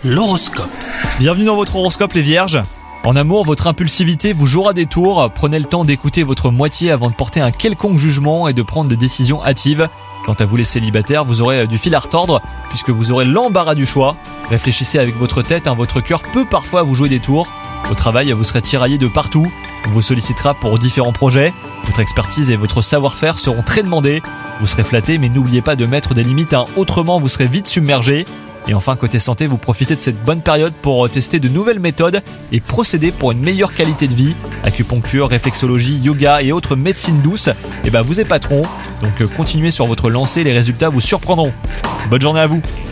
L'horoscope. Bienvenue dans votre horoscope les vierges. En amour, votre impulsivité vous jouera des tours. Prenez le temps d'écouter votre moitié avant de porter un quelconque jugement et de prendre des décisions hâtives. Quant à vous les célibataires, vous aurez du fil à retordre puisque vous aurez l'embarras du choix. Réfléchissez avec votre tête, votre cœur peut parfois vous jouer des tours. Au travail, vous serez tiraillé de partout. On vous sollicitera pour différents projets. Votre expertise et votre savoir-faire seront très demandés. Vous serez flatté, mais n'oubliez pas de mettre des limites, autrement vous serez vite submergé. Et enfin, côté santé, vous profitez de cette bonne période pour tester de nouvelles méthodes et procéder pour une meilleure qualité de vie. Acupuncture, réflexologie, yoga et autres médecines douces, vous épateront. Donc continuez sur votre lancée, les résultats vous surprendront. Bonne journée à vous.